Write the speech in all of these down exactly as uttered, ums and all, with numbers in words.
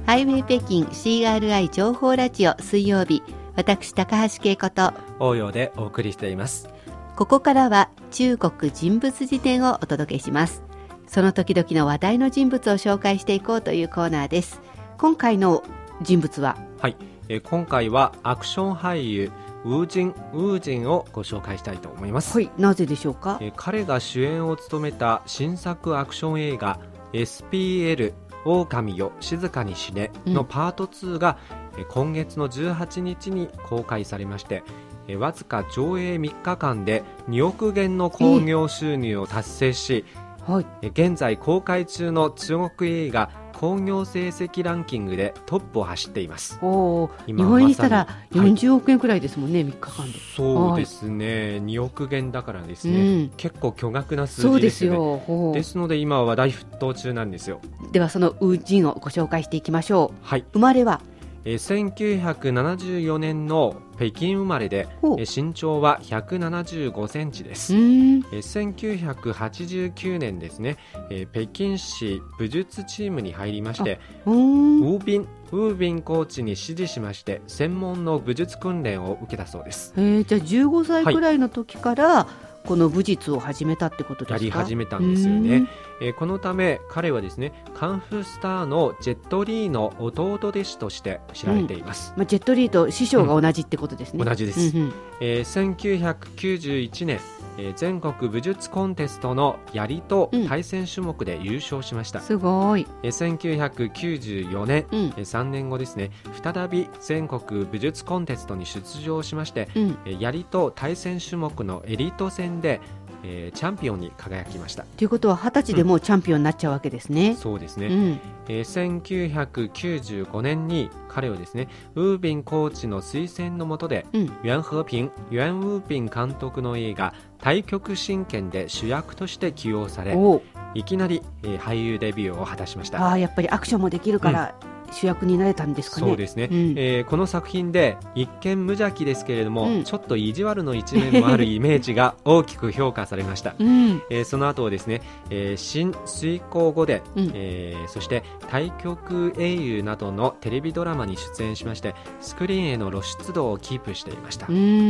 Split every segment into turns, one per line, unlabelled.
ハイウェイ北京 シーアールアイ 情報ラジオ水曜日、私高橋恵子と
応用でお送りしています。
ここからは中国人物辞典をお届けします。その時々の話題の人物を紹介していこうというコーナーです。今回の人物は、
はい、えー、今回はアクション俳優ウージン・ウージンをご紹介したいと思います。
はい、なぜでしょうか。
えー、彼が主演を務めた新作アクション映画 エスピーエル 狼よ静かに死ねのパートツーが、うん、今月のじゅうはちにちに公開されまして、わずか上映みっかかんでにおくげんの興行収入を達成し、はい、現在公開中の中国映画興行成績ランキングでトップを走っています。
お今日本円にしたらよんじゅうおくえんくらいですもんね、はい、みっかかんで。
そうですね、はい、におくげんだからですね、うん、結構巨額な数字ですよね。そうですよ。ですので今話題沸騰中なんですよ。
ではそのウージンをご紹介していきましょう。
はい、
生まれは
せんきゅうひゃくななじゅうよねんの北京生まれで、身長はひゃくななじゅうごセンチです。せんきゅうひゃくはちじゅうきゅうねんですね、北京市武術チームに入りまして、ウービンウービンコーチに師事しまして、専門の武術訓練を受けたそうです。
えー、じゃあじゅうごさいくらいの時から、はい、この武術を始めたってことですか。
やり始めたんですよね。えー、このため彼はですね、カンフースターのジェットリーの弟弟子として知られています。
うん、まあ、ジェットリーと師匠が同じってことですね。
うん、同じです。
うんうん、
えー、せんきゅうひゃくきゅうじゅういちねん、えー、全国武術コンテストの槍と対戦種目で優勝しました。うん、
すごい。
えー、せんきゅうひゃくきゅうじゅうよねん、うん、えー、さんねんごですね、再び全国武術コンテストに出場しまして、うん、えー、槍と対戦種目のエリート戦でえー、チャンピオンに輝きました。
ということははたちでもうチャンピオンになっちゃうわけですね。
うん、そうですね。うん、えー、せんきゅうひゃくきゅうじゅうごねんに彼はですね、ウービンコーチの推薦の下で、うん、袁和平、袁ウービン監督の映画太極真剣で主役として起用され、いきなり、えー、俳優デビューを果たしました。
あ、やっぱりアクションもできるから、うん、主役になれたんですかね。
そうですね。うん、えー、この作品で一見無邪気ですけれども、うん、ちょっと意地悪の一面もあるイメージが大きく評価されました。うん、えー、その後ですね、えー、新水光語伝、うん、えー、そして太極英雄などのテレビドラマに出演しまして、スクリーンへの露出度をキープしていました。
うん、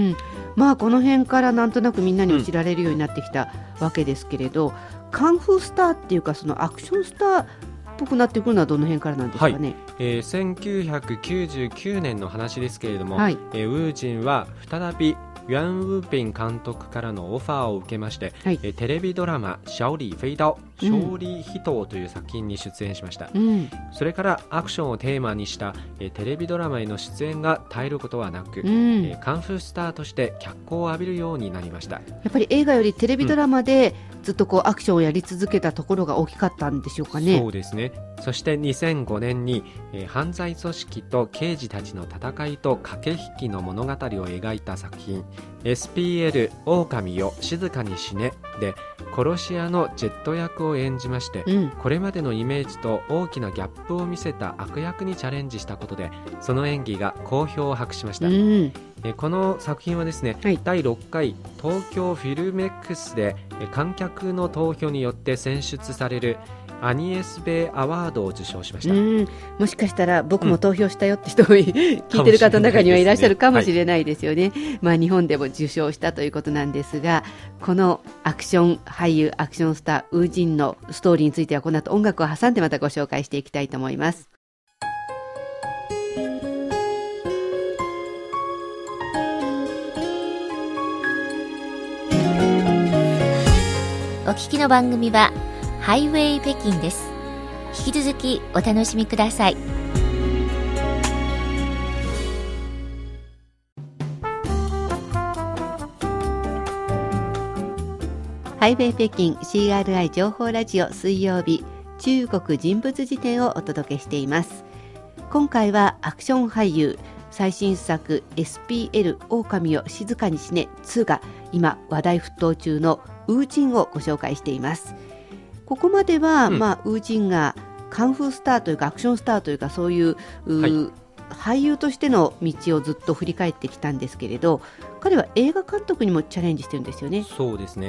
まあこの辺からなんとなくみんなに知られるようになってきたわけですけれど、うん、カンフースターっていうかそのアクションスターっぽくなってくるのはどの辺からなんですかね。はい、
えー、せんきゅうひゃくきゅうじゅうきゅうねんの話ですけれども、はい、えー、ウージンは再び袁ウービン監督からのオファーを受けまして、はい、えー、テレビドラマ小李飛刀、小李飛刀という作品に出演しました。うん、それからアクションをテーマにした、えー、テレビドラマへの出演が絶えることはなく、うん、えー、カンフースターとして脚光を浴びるようになりました。
やっぱり映画よりテレビドラマで、うん、ずっとこうアクションをやり続けたところが大きかったんでしょうかね。
そうですね。そしてにせんごねんに、えー、犯罪組織と刑事たちの戦いと駆け引きの物語を描いた作品 エスピーエル 狼よ静かに死ねで殺し屋のジェット役を演じまして、うん、これまでのイメージと大きなギャップを見せた悪役にチャレンジしたことで、その演技が好評を博しました。うん、えこの作品はですね、はい、だいろっかい東京フィルメックスで観客の投票によって選出されるアニエスベイアワードを受賞しました。
うん、もしかしたら僕も投票したよって人も、うん、聞いてる方の中にはいらっしゃるかもしれないですよね。はい、まあ、日本でも受賞したということなんですが、このアクション俳優アクションスターウージンのストーリーについてはこの後音楽を挟んでまたご紹介していきたいと思います。
お聞きの番組はハイウェイ北京です。引き続きお楽しみください。
ハイウェイ北京 シーアールアイ 情報ラジオ水曜日、中国人物辞典をお届けしています。今回はアクション俳優最新作 エスピーエル 狼よ静かに死ねツーが今話題沸騰中のウージンをご紹介しています。ここまでは、うんまあ、ウージンがカンフースターというかアクションスターというかそういう、う、はい、俳優としての道をずっと振り返ってきたんですけれど、彼は映画監督にもチャレンジしてるんですよね。
そうですね。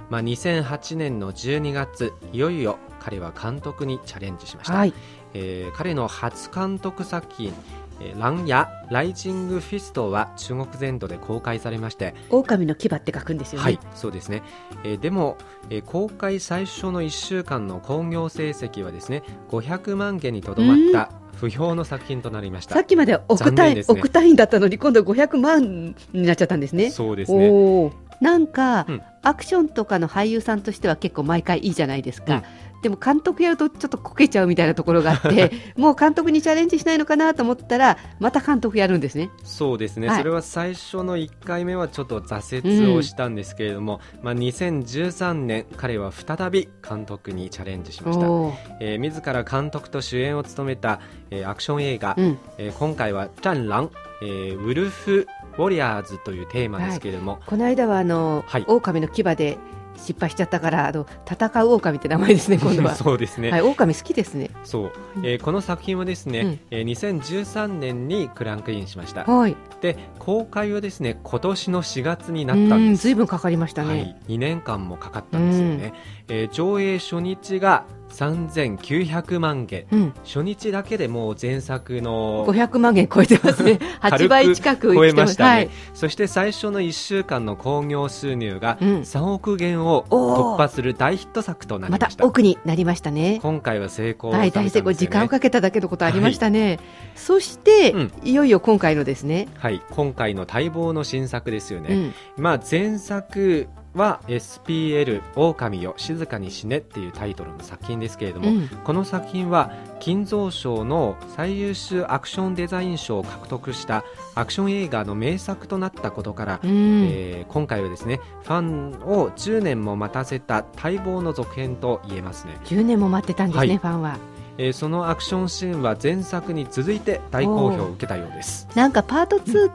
まあ、にせんはちねんのじゅうにがつ、いよいよ彼は監督にチャレンジしました、
はい
えー、彼の初監督作品ランヤライジングフィストは中国全土で公開されまして、
狼の牙って書くんですよね。
はい、そうですね、えー、でも、えー、公開最初のいっしゅうかんの興行成績はですねごひゃくまんげんにとどまった不評の作品となりました。
さっきまでは億単位、ね、億単位だったのに今度ごひゃくまんになっちゃったんですね。
そうですね。
おなんか、
うん、
アクションとかの俳優さんとしては結構毎回いいじゃないですか、
うん
でも監督やるとちょっとこけちゃうみたいなところがあってもう監督にチャレンジしないのかなと思ったらまた監督やるんですね。
そうですね、
はい、そ
れは最初のいっかいめはちょっと挫折をしたんですけれども、うんまあ、にせんじゅうさんねん彼は再び監督にチャレンジしました、えー、自ら監督と主演を務めた、えー、アクション映画、うんえー、今回は战狼、えー、ウルフウォリアーズというテーマですけれども、はい、
この間はあの、はい、狼の牙で失敗しちゃったからあの戦う狼って名前ですね今度は
そうですね、
はい、狼好きですね。
そう、えー、この作品はですね、うんえー、にせんじゅうさんねんにクランクインしました、
はい、
で公開はですね今年のしがつになったんです。
ずいぶんかかりましたね、はい、
にねんかんもかかったんですよね、えー、上映初日がさんぜんきゅうひゃくまんげん、うん、初日だけでもう前作の
ごひゃくまんげん超えてますねはちばい近く
超えましたね、はい、そして最初のいっしゅうかんの興行収入がさんおくげんを突破する大ヒット作となりました。
また奥になりましたね。
今回は成功されたんですよね、
はい、大成功、時間をかけただけのことありましたね、はい、そして、うん、いよいよ今回のですね、
はい、今回の待望の新作ですよね、うんまあ、前作は エスピーエル 狼よ静かに死ねっていうタイトルの作品ですけれども、うん、この作品は金蔵賞の最優秀アクションデザイン賞を獲得したアクション映画の名作となったことから、うんえー、今回はですねファンをじゅうねんも待たせた待望の続編と言えますね。
じゅうねんも待ってたんですね、はい、ファンは。
えー、そのアクションシーンは前作に続いて大好評を受けたようです。
なんかパートツーって、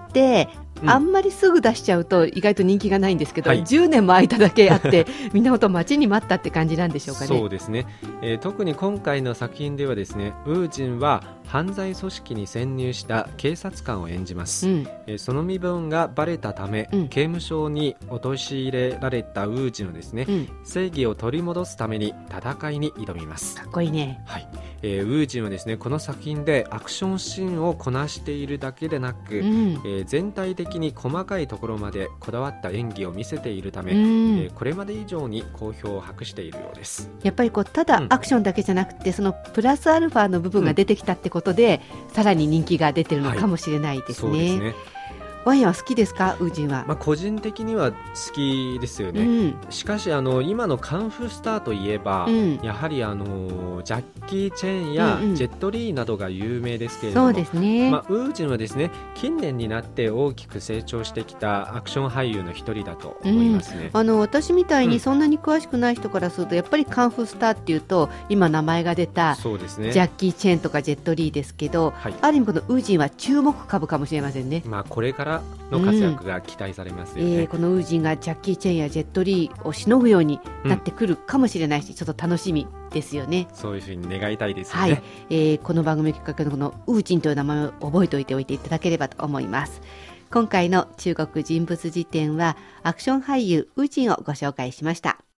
うんうん、あんまりすぐ出しちゃうと意外と人気がないんですけど、はい、じゅうねんも空いただけあってみんなほと待ちに待ったって感じなんでしょうかね。
そうですね、えー、特に今回の作品ではですねウージンは犯罪組織に潜入した警察官を演じます、うんえー、その身分がバレたため、うん、刑務所に陥れられたウージンをですね、うん、正義を取り戻すために戦いに挑みます。
かっこいいね、
はいえー、ウージンはですねこの作品でアクションシーンをこなしているだけでなく、うんえー、全体的的に細かいところまでこだわった演技を見せているため、うんえー、これまで以上に好評を博しているようです。
やっぱりこうただアクションだけじゃなくて、うん、そのプラスアルファの部分が出てきたってことで、うん、さらに人気が出てるのかもしれないですね。はい、そうですね。ワインは好きですか、ウージンは。
まあ、個人的には好きですよね、うん、しかしあの今のカンフースターといえば、うん、やはりあのジャッキー・チェンやジェットリーなどが有名ですけれども、
そうですね、
まあ、ウージンはですね近年になって大きく成長してきたアクション俳優の一人だと思いますね、
うん、あの私みたいにそんなに詳しくない人からすると、やっぱりカンフースターっていうと今名前が出た
そうですね、
ジャッキー・チェンとかジェットリーですけど、はい、ある意味このウージンは注目株かもしれませんね。
まあ、これからの活躍が期待されますよね、
うんえー、このウージンがジャッキー・チェンやジェットリーをしのぐようになってくるかもしれないし、うん、ちょっと楽しみですよね。
そういうふうに願いたいですよね、
はいえー、この番組きっかけのこのウージンという名前を覚えておいておいていただければと思います。今回の中国人物辞典はアクション俳優ウージンをご紹介しました。